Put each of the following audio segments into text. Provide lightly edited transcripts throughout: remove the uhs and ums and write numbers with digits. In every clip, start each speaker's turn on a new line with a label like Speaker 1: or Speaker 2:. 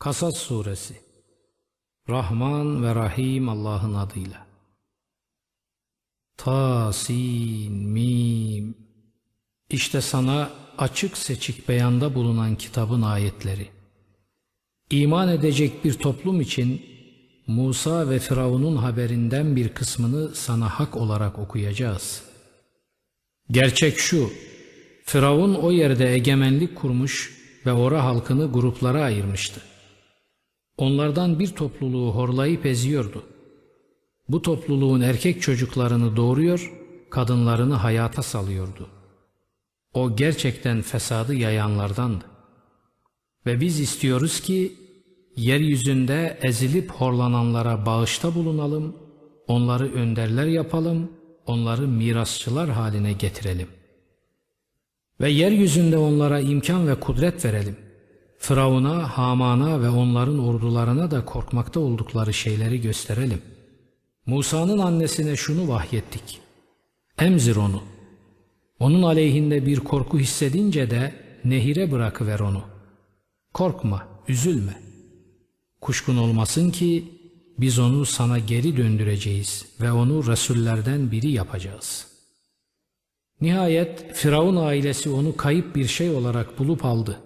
Speaker 1: Kasas Suresi. Rahman ve Rahim Allah'ın adıyla. Ta, sin, mim. İşte sana açık seçik beyanda bulunan kitabın ayetleri. İman edecek bir toplum için Musa ve Firavun'un haberinden bir kısmını sana hak olarak okuyacağız. Gerçek şu: Firavun o yerde egemenlik kurmuş ve ora halkını gruplara ayırmıştı. Onlardan bir topluluğu horlayıp eziyordu. Bu topluluğun erkek çocuklarını doğuruyor, kadınlarını hayata salıyordu. O gerçekten fesadı yayanlardandı. Ve biz istiyoruz ki yeryüzünde ezilip horlananlara bağışta bulunalım, onları önderler yapalım, onları mirasçılar haline getirelim. Ve yeryüzünde onlara imkan ve kudret verelim. Firavun'a, Haman'a ve onların ordularına da korkmakta oldukları şeyleri gösterelim. Musa'nın annesine şunu vahyettik: emzir onu. Onun aleyhinde bir korku hissedince de nehire bırakıver onu. Korkma, üzülme. Kuşkun olmasın ki biz onu sana geri döndüreceğiz ve onu Resullerden biri yapacağız. Nihayet Firavun ailesi onu kayıp bir şey olarak bulup aldı.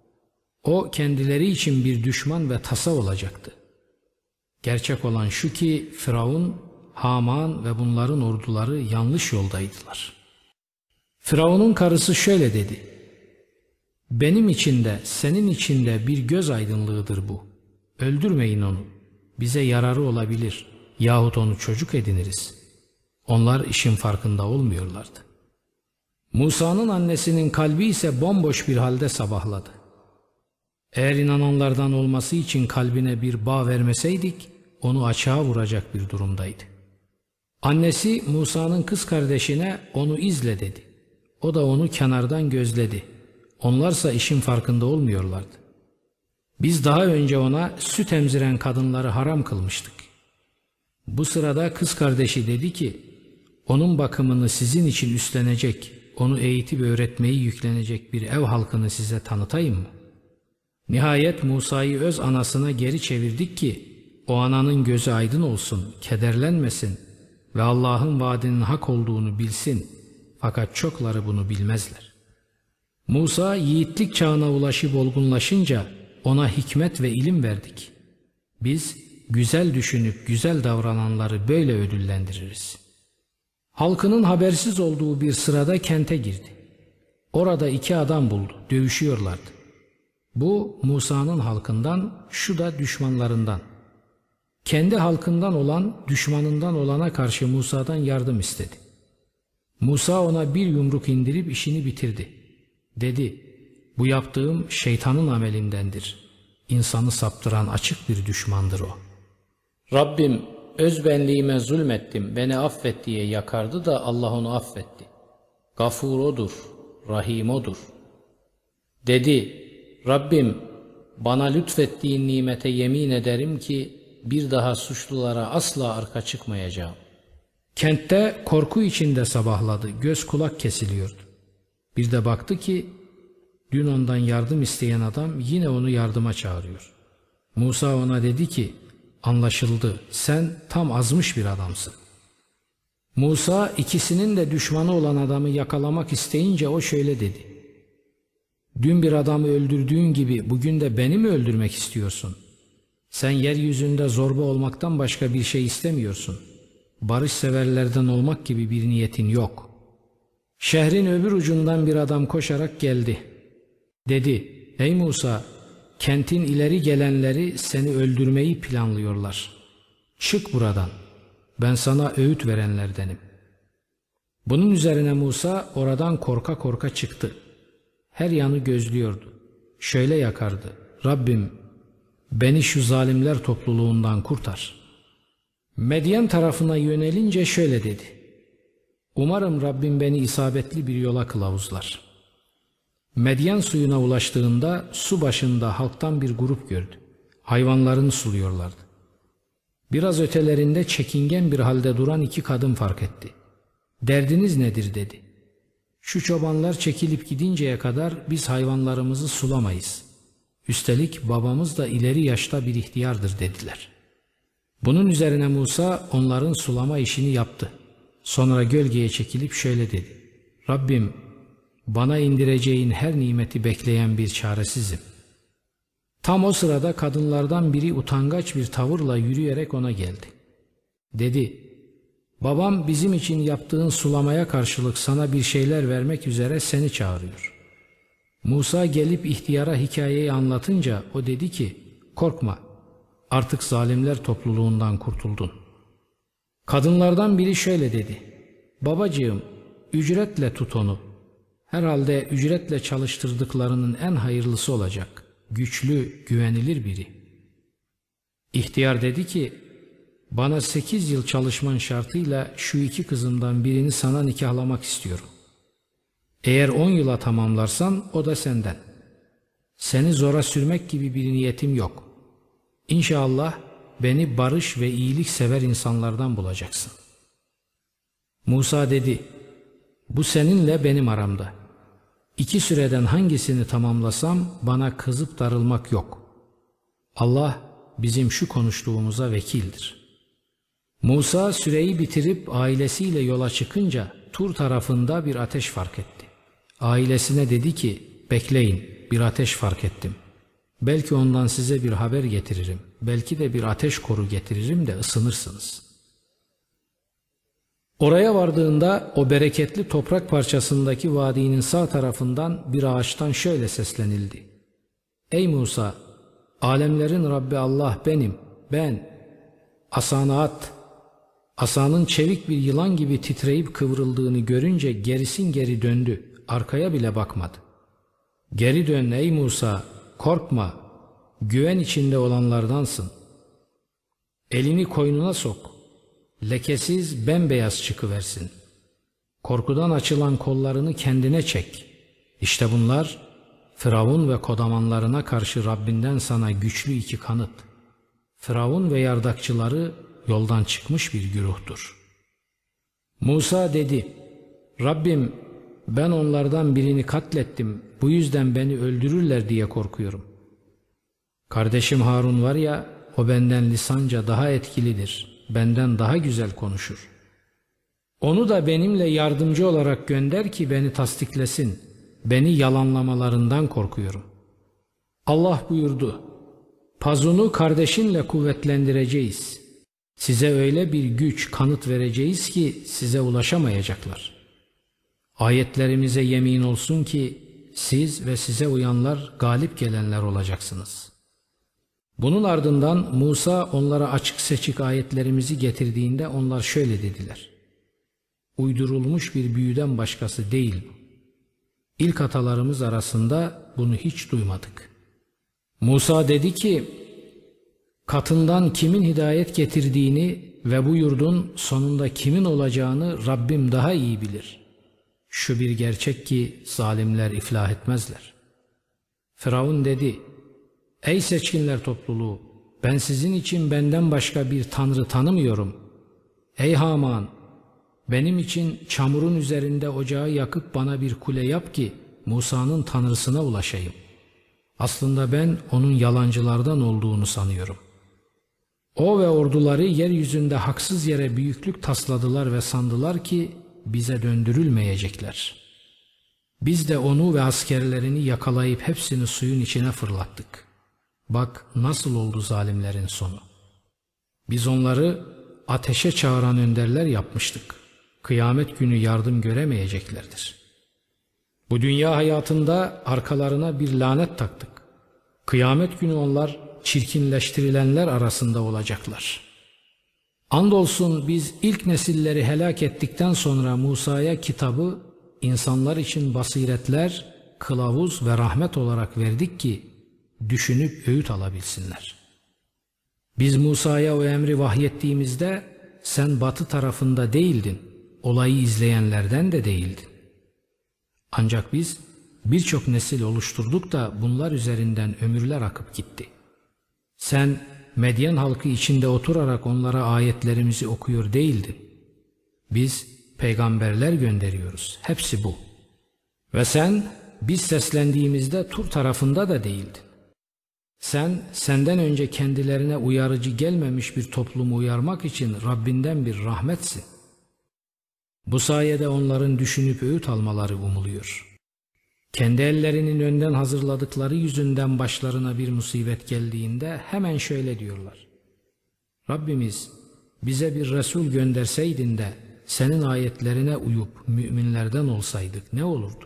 Speaker 1: O kendileri için bir düşman ve tasa olacaktı. Gerçek olan şu ki Firavun, Haman ve bunların orduları yanlış yoldaydılar. Firavun'un karısı şöyle dedi: benim için de senin için de bir göz aydınlığıdır bu. Öldürmeyin onu. Bize yararı olabilir yahut onu çocuk ediniriz. Onlar işin farkında olmuyorlardı. Musa'nın annesinin kalbi ise bomboş bir halde sabahladı. Eğer inananlardan olması için kalbine bir bağ vermeseydik, onu açığa vuracak bir durumdaydı. Annesi Musa'nın kız kardeşine onu izle dedi. O da onu kenardan gözledi. Onlarsa işin farkında olmuyorlardı. Biz daha önce ona süt emziren kadınları haram kılmıştık. Bu sırada kız kardeşi dedi ki, onun bakımını sizin için üstlenecek, onu eğitip öğretmeyi yüklenecek bir ev halkını size tanıtayım mı? Nihayet Musa'yı öz anasına geri çevirdik ki o ananın gözü aydın olsun, kederlenmesin ve Allah'ın vaadinin hak olduğunu bilsin. Fakat çokları bunu bilmezler. Musa yiğitlik çağına ulaşıp olgunlaşınca ona hikmet ve ilim verdik. Biz güzel düşünüp güzel davrananları böyle ödüllendiririz. Halkının habersiz olduğu bir sırada kente girdi. Orada iki adam buldu, dövüşüyorlardı. Bu Musa'nın halkından, şu da düşmanlarından. Kendi halkından olan, düşmanından olana karşı Musa'dan yardım istedi. Musa ona bir yumruk indirip işini bitirdi. Dedi: bu yaptığım şeytanın amelindendir. İnsanı saptıran açık bir düşmandır o. Rabbim, öz benliğime zulmettim, beni affet diye yakardı da Allah onu affetti. Gafur odur, Rahim odur. Dedi: Rabbim, bana lütfettiğin nimete yemin ederim ki bir daha suçlulara asla arka çıkmayacağım. Kentte korku içinde sabahladı, göz kulak kesiliyordu. Bir de baktı ki dün ondan yardım isteyen adam yine onu yardıma çağırıyor. Musa ona dedi ki, anlaşıldı, sen tam azmış bir adamsın. Musa ikisinin de düşmanı olan adamı yakalamak isteyince o şöyle dedi: dün bir adamı öldürdüğün gibi bugün de beni mi öldürmek istiyorsun? Sen yeryüzünde zorba olmaktan başka bir şey istemiyorsun. Barışseverlerden olmak gibi bir niyetin yok. Şehrin öbür ucundan bir adam koşarak geldi. Dedi: ey Musa, kentin ileri gelenleri seni öldürmeyi planlıyorlar. Çık buradan. Ben sana öğüt verenlerdenim. Bunun üzerine Musa oradan korka korka çıktı. Her yanı gözlüyordu. Şöyle yakardı: Rabbim, beni şu zalimler topluluğundan kurtar. Medyen tarafına yönelince şöyle dedi: umarım Rabbim beni isabetli bir yola kılavuzlar. Medyen suyuna ulaştığında su başında halktan bir grup gördü. Hayvanlarını suluyorlardı. Biraz ötelerinde çekingen bir halde duran iki kadın fark etti. Derdiniz nedir dedi. Şu çobanlar çekilip gidinceye kadar biz hayvanlarımızı sulamayız. Üstelik babamız da ileri yaşta bir ihtiyardır dediler. Bunun üzerine Musa onların sulama işini yaptı. Sonra gölgeye çekilip şöyle dedi: Rabbim, bana indireceğin her nimeti bekleyen bir çaresizim. Tam o sırada kadınlardan biri utangaç bir tavırla yürüyerek ona geldi. Dedi: babam bizim için yaptığın sulamaya karşılık sana bir şeyler vermek üzere seni çağırıyor. Musa gelip ihtiyara hikayeyi anlatınca o dedi ki: korkma, artık zalimler topluluğundan kurtuldun. Kadınlardan biri şöyle dedi: babacığım, ücretle tut onu. Herhalde ücretle çalıştırdıklarının en hayırlısı olacak. Güçlü, güvenilir biri. İhtiyar dedi ki: bana 8 yıl çalışman şartıyla şu 2 kızımdan birini sana nikahlamak istiyorum. Eğer 10 yıla tamamlarsan o da senden. Seni zora sürmek gibi bir niyetim yok. İnşallah beni barış ve iyilik sever insanlardan bulacaksın. Musa dedi: bu seninle benim aramda. 2 süreden hangisini tamamlasam bana kızıp darılmak yok. Allah bizim şu konuştuğumuza vekildir. Musa süreyi bitirip ailesiyle yola çıkınca Tur tarafında bir ateş fark etti. Ailesine dedi ki: bekleyin, bir ateş fark ettim. Belki ondan size bir haber getiririm. Belki de bir ateş koru getiririm de ısınırsınız. Oraya vardığında o bereketli toprak parçasındaki vadinin sağ tarafından bir ağaçtan şöyle seslenildi: ey Musa, alemlerin Rabbi Allah benim, ben. Asanı at. Asanın çevik bir yılan gibi titreyip kıvrıldığını görünce gerisin geri döndü, arkaya bile bakmadı. Geri dön ey Musa, korkma, güven içinde olanlardansın. Elini koynuna sok, lekesiz bembeyaz çıkıversin. Korkudan açılan kollarını kendine çek. İşte bunlar Firavun ve kodamanlarına karşı Rabbinden sana güçlü 2 kanıt. Firavun ve yardakçıları yoldan çıkmış bir güruhtur. Musa dedi: Rabbim, ben onlardan birini katlettim, bu yüzden beni öldürürler diye korkuyorum. Kardeşim Harun var ya, o benden lisanca daha etkilidir, benden daha güzel konuşur. Onu da benimle yardımcı olarak gönder ki beni tasdiklesin, beni yalanlamalarından korkuyorum. Allah buyurdu: Pazunu kardeşinle kuvvetlendireceğiz. Size öyle bir güç, kanıt vereceğiz ki size ulaşamayacaklar. Ayetlerimize yemin olsun ki siz ve size uyanlar galip gelenler olacaksınız. Bunun ardından Musa onlara açık seçik ayetlerimizi getirdiğinde onlar şöyle dediler: uydurulmuş bir büyüden başkası değil bu. İlk atalarımız arasında bunu hiç duymadık. Musa dedi ki: katından kimin hidayet getirdiğini ve bu yurdun sonunda kimin olacağını Rabbim daha iyi bilir. Şu bir gerçek ki zalimler iflah etmezler. Firavun dedi: ey seçkinler topluluğu, ben sizin için benden başka bir tanrı tanımıyorum. Ey Haman, benim için çamurun üzerinde ocağı yakıp bana bir kule yap ki Musa'nın tanrısına ulaşayım. Aslında ben onun yalancılardan olduğunu sanıyorum. O ve orduları yeryüzünde haksız yere büyüklük tasladılar ve sandılar ki bize döndürülmeyecekler. Biz de onu ve askerlerini yakalayıp hepsini suyun içine fırlattık. Bak nasıl oldu zalimlerin sonu. Biz onları ateşe çağıran önderler yapmıştık. Kıyamet günü yardım göremeyeceklerdir. Bu dünya hayatında arkalarına bir lanet taktık. Kıyamet günü onlar çirkinleştirilenler arasında olacaklar. Andolsun biz ilk nesilleri helak ettikten sonra Musa'ya kitabı insanlar için basiretler, kılavuz ve rahmet olarak verdik ki düşünüp öğüt alabilsinler. Biz Musa'ya o emri vahyettiğimizde sen batı tarafında değildin, olayı izleyenlerden de değildin. Ancak biz birçok nesil oluşturduk da bunlar üzerinden ömürler akıp gitti. Sen Medyen halkı içinde oturarak onlara ayetlerimizi okuyor değildin. Biz peygamberler gönderiyoruz. Hepsi bu. Ve sen biz seslendiğimizde Tur tarafında da değildin. Senden önce kendilerine uyarıcı gelmemiş bir toplumu uyarmak için Rabbinden bir rahmetsin. Bu sayede onların düşünüp öğüt almaları umuluyor. Kendi ellerinin önden hazırladıkları yüzünden başlarına bir musibet geldiğinde hemen şöyle diyorlar: Rabbimiz, bize bir Resul gönderseydin de senin ayetlerine uyup müminlerden olsaydık ne olurdu?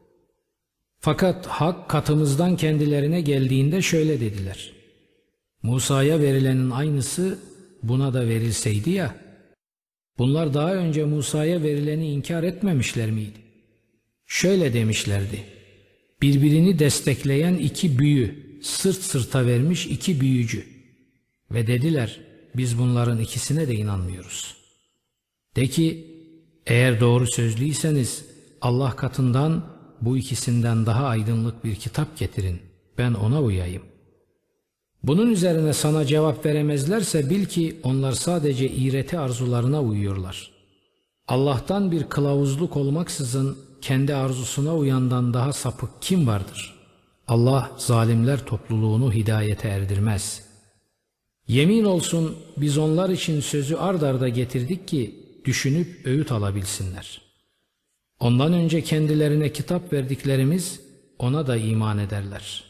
Speaker 1: Fakat hak katımızdan kendilerine geldiğinde şöyle dediler: Musa'ya verilenin aynısı buna da verilseydi ya. Bunlar daha önce Musa'ya verileni inkar etmemişler miydi? Şöyle demişlerdi: birbirini destekleyen iki büyü, sırt sırta vermiş iki büyücü. Ve dediler, biz bunların ikisine de inanmıyoruz. De ki, eğer doğru sözlüyseniz Allah katından bu ikisinden daha aydınlık bir kitap getirin, ben ona uyayım. Bunun üzerine sana cevap veremezlerse bil ki onlar sadece iğreti arzularına uyuyorlar. Allah'tan bir kılavuzluk olmaksızın kendi arzusuna uyandan daha sapık kim vardır? Allah zalimler topluluğunu hidayete erdirmez. Yemin olsun biz onlar için sözü ard arda getirdik ki düşünüp öğüt alabilsinler. Ondan önce kendilerine kitap verdiklerimiz ona da iman ederler.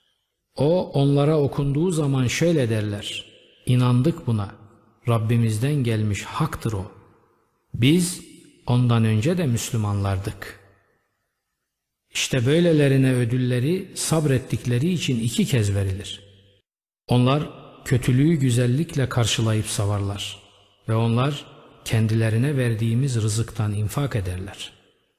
Speaker 1: O onlara okunduğu zaman şöyle derler: İnandık buna, Rabbimizden gelmiş haktır o. Biz ondan önce de Müslümanlardık. İşte böylelerine ödülleri sabrettikleri için 2 kez verilir. Onlar kötülüğü güzellikle karşılayıp savarlar ve onlar kendilerine verdiğimiz rızıktan infak ederler.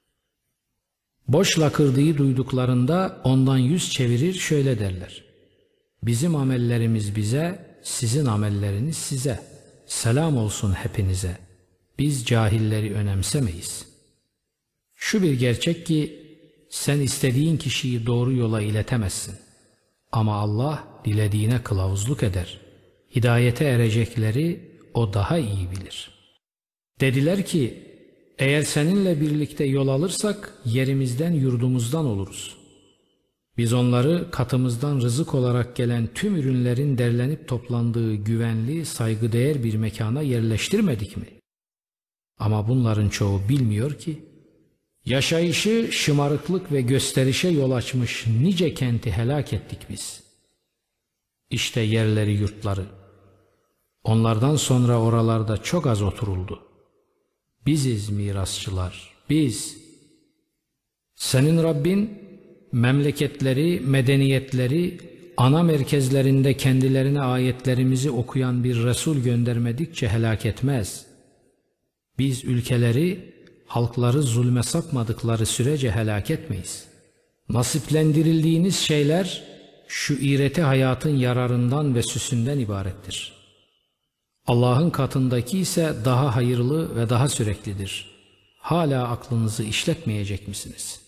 Speaker 1: Boş lakırdığı duyduklarında ondan yüz çevirir şöyle derler: Bizim amellerimiz bize, sizin amelleriniz size. Selam olsun hepinize. Biz cahilleri önemsemeyiz. Şu bir gerçek ki sen istediğin kişiyi doğru yola iletemezsin. Ama Allah dilediğine kılavuzluk eder. Hidayete erecekleri o daha iyi bilir. Dediler ki, eğer seninle birlikte yol alırsak yerimizden yurdumuzdan oluruz. Biz onları katımızdan rızık olarak gelen tüm ürünlerin derlenip toplandığı güvenli, saygıdeğer bir mekana yerleştirmedik mi? Ama bunların çoğu bilmiyor ki, yaşayışı şımarıklık ve gösterişe yol açmış nice kenti helak ettik biz. İşte yerleri yurtları. Onlardan sonra oralarda çok az oturuldu. Biziz mirasçılar, biz. Senin Rabbin memleketleri, medeniyetleri, ana merkezlerinde kendilerine ayetlerimizi okuyan bir Resul göndermedikçe helak etmez. Biz ülkeleri, halkları zulme sapmadıkları sürece helak etmeyiz. Nasiplendirildiğiniz şeyler şu iğreti hayatın yararından ve süsünden ibarettir. Allah'ın katındaki ise daha hayırlı ve daha süreklidir. Hala aklınızı işletmeyecek misiniz?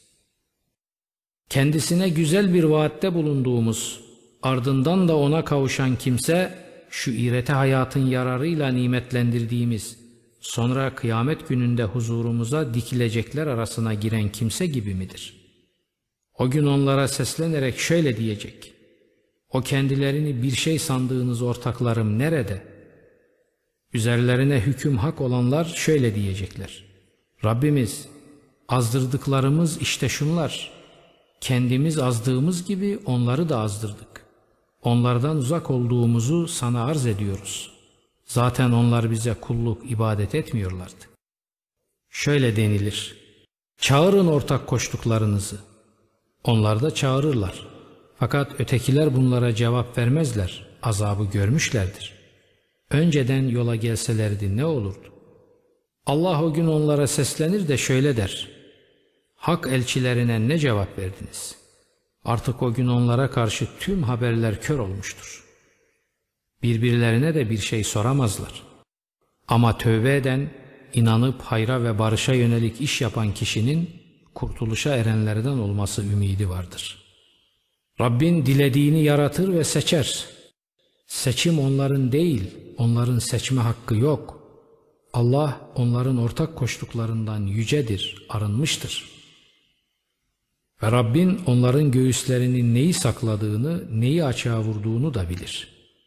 Speaker 1: Kendisine güzel bir vaatte bulunduğumuz, ardından da ona kavuşan kimse, şu iğreti hayatın yararıyla nimetlendirdiğimiz, sonra kıyamet gününde huzurumuza dikilecekler arasına giren kimse gibi midir? O gün onlara seslenerek şöyle diyecek: O kendilerini bir şey sandığınız ortaklarım nerede? Üzerlerine hüküm hak olanlar şöyle diyecekler: Rabbimiz, azdırdıklarımız işte şunlar. Kendimiz azdığımız gibi onları da azdırdık. Onlardan uzak olduğumuzu sana arz ediyoruz. Zaten onlar bize kulluk, ibadet etmiyorlardı. Şöyle denilir: Çağırın ortak koştuklarınızı. Onlar da çağırırlar. Fakat ötekiler bunlara cevap vermezler. Azabı görmüşlerdir. Önceden yola gelselerdi ne olurdu? Allah o gün onlara seslenir de şöyle der: Hak elçilerine ne cevap verdiniz? Artık o gün onlara karşı tüm haberler kör olmuştur. Birbirlerine de bir şey soramazlar. Ama tövbe eden, inanıp hayra ve barışa yönelik iş yapan kişinin kurtuluşa erenlerden olması ümidi vardır. Rabbin dilediğini yaratır ve seçer. Seçim onların değil, onların seçme hakkı yok. Allah onların ortak koştuklarından yücedir, arınmıştır. Ve Rabbin onların göğüslerinin neyi sakladığını, neyi açığa vurduğunu da bilir.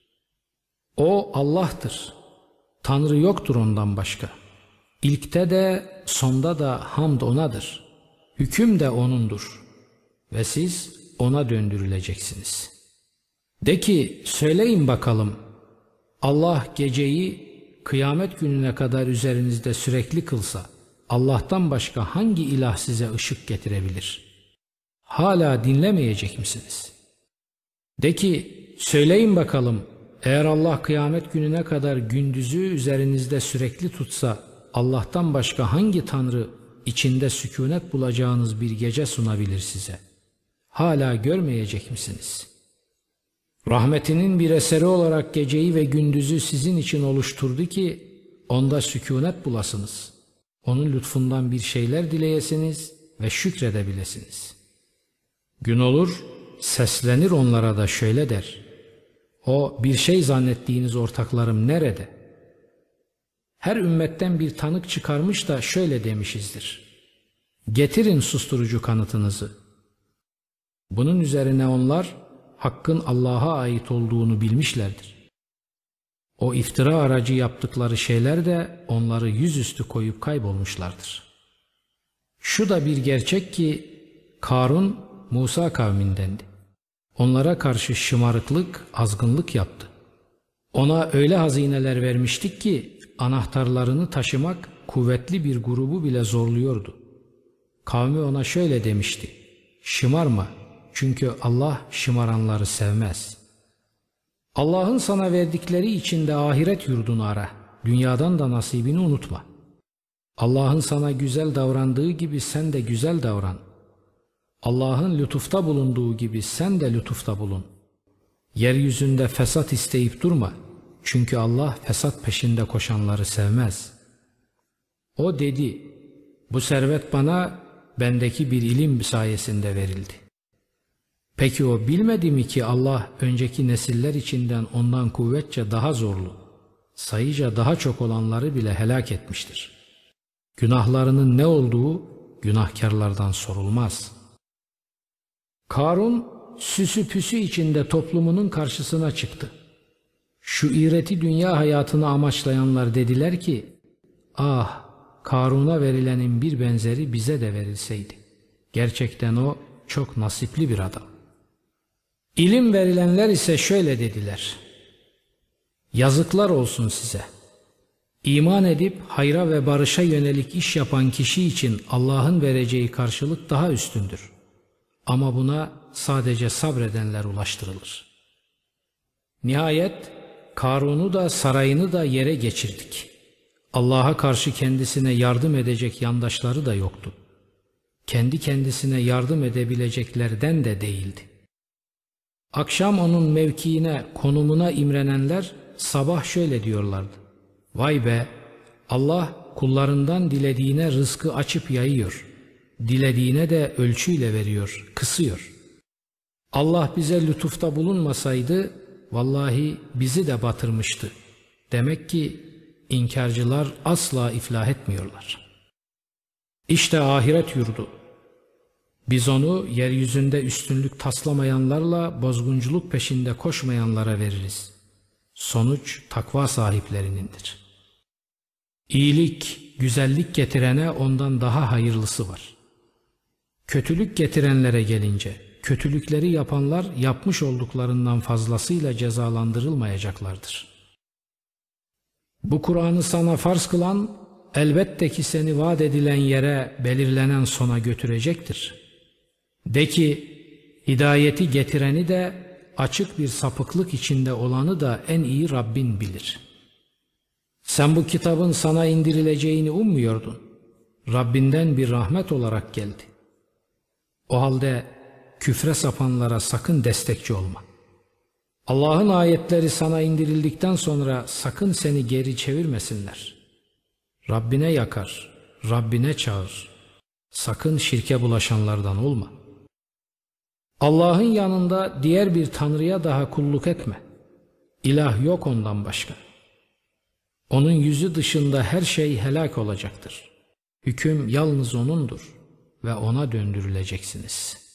Speaker 1: O Allah'tır. Tanrı yoktur ondan başka. İlkte de sonda da hamd O'nadır. Hüküm de O'nundur. Ve siz O'na döndürüleceksiniz. De ki söyleyin bakalım, Allah geceyi kıyamet gününe kadar üzerinizde sürekli kılsa, Allah'tan başka hangi ilah size ışık getirebilir? Hala dinlemeyecek misiniz? De ki söyleyin bakalım, eğer Allah kıyamet gününe kadar gündüzü üzerinizde sürekli tutsa, Allah'tan başka hangi tanrı içinde sükunet bulacağınız bir gece sunabilir size? Hala görmeyecek misiniz? Rahmetinin bir eseri olarak geceyi ve gündüzü sizin için oluşturdu ki onda sükunet bulasınız. Onun lütfundan bir şeyler dileyesiniz ve şükredebilesiniz. Gün olur, seslenir onlara da şöyle der: O bir şey zannettiğiniz ortaklarım nerede? Her ümmetten bir tanık çıkarmış da şöyle demişizdir: Getirin susturucu kanıtınızı. Bunun üzerine onlar hakkın Allah'a ait olduğunu bilmişlerdir. O iftira aracı yaptıkları şeyler de onları yüzüstü koyup kaybolmuşlardır. Şu da bir gerçek ki Karun Musa kavmindendi. Onlara karşı şımarıklık, azgınlık yaptı. Ona öyle hazineler vermiştik ki anahtarlarını taşımak kuvvetli bir grubu bile zorluyordu. Kavmi ona şöyle demişti: Şımarma, çünkü Allah şımaranları sevmez. Allah'ın sana verdikleri içinde ahiret yurdunu ara, dünyadan da nasibini unutma. Allah'ın sana güzel davrandığı gibi sen de güzel davran. Allah'ın lütufta bulunduğu gibi sen de lütufta bulun. Yeryüzünde fesat isteyip durma, çünkü Allah fesat peşinde koşanları sevmez. O dedi: Bu servet bana bendeki bir ilim sayesinde verildi. Peki o bilmedi mi ki Allah önceki nesiller içinden ondan kuvvetçe daha zorlu, sayıca daha çok olanları bile helak etmiştir. Günahlarının ne olduğu günahkarlardan sorulmaz. Karun süsü püsü içinde toplumunun karşısına çıktı. Şu iğreti dünya hayatını amaçlayanlar dediler ki: Ah, Karun'a verilenin bir benzeri bize de verilseydi. Gerçekten o çok nasipli bir adam. İlim verilenler ise şöyle dediler: Yazıklar olsun size. İman edip hayra ve barışa yönelik iş yapan kişi için Allah'ın vereceği karşılık daha üstündür. Ama buna sadece sabredenler ulaştırılır. Nihayet Karun'u da sarayını da yere geçirdik. Allah'a karşı kendisine yardım edecek yandaşları da yoktu. Kendi kendisine yardım edebileceklerden de değildi. Akşam onun mevkiine, konumuna imrenenler sabah şöyle diyorlardı: Vay be! Allah kullarından dilediğine rızkı açıp yayıyor. Dilediğine de ölçüyle veriyor, kısıyor. Allah bize lütufta bulunmasaydı vallahi bizi de batırmıştı. Demek ki inkarcılar asla iflah etmiyorlar. İşte ahiret yurdu. Biz onu yeryüzünde üstünlük taslamayanlarla bozgunculuk peşinde koşmayanlara veririz. Sonuç takva sahiplerinindir. İyilik, güzellik getirene ondan daha hayırlısı var. Kötülük getirenlere gelince, kötülükleri yapanlar yapmış olduklarından fazlasıyla cezalandırılmayacaklardır. Bu Kur'an'ı sana farz kılan, elbette ki seni vaat edilen yere, belirlenen sona götürecektir. De ki, hidayeti getireni de, açık bir sapıklık içinde olanı da en iyi Rabbin bilir. Sen bu kitabın sana indirileceğini ummuyordun. Rabbinden bir rahmet olarak geldi. O halde küfre sapanlara sakın destekçi olma. Allah'ın ayetleri sana indirildikten sonra sakın seni geri çevirmesinler. Rabbine yakar, Rabbine çağır. Sakın şirke bulaşanlardan olma. Allah'ın yanında diğer bir tanrıya daha kulluk etme. İlah yok ondan başka. Onun yüzü dışında her şey helak olacaktır. Hüküm yalnız O'nundur ve O'na döndürüleceksiniz.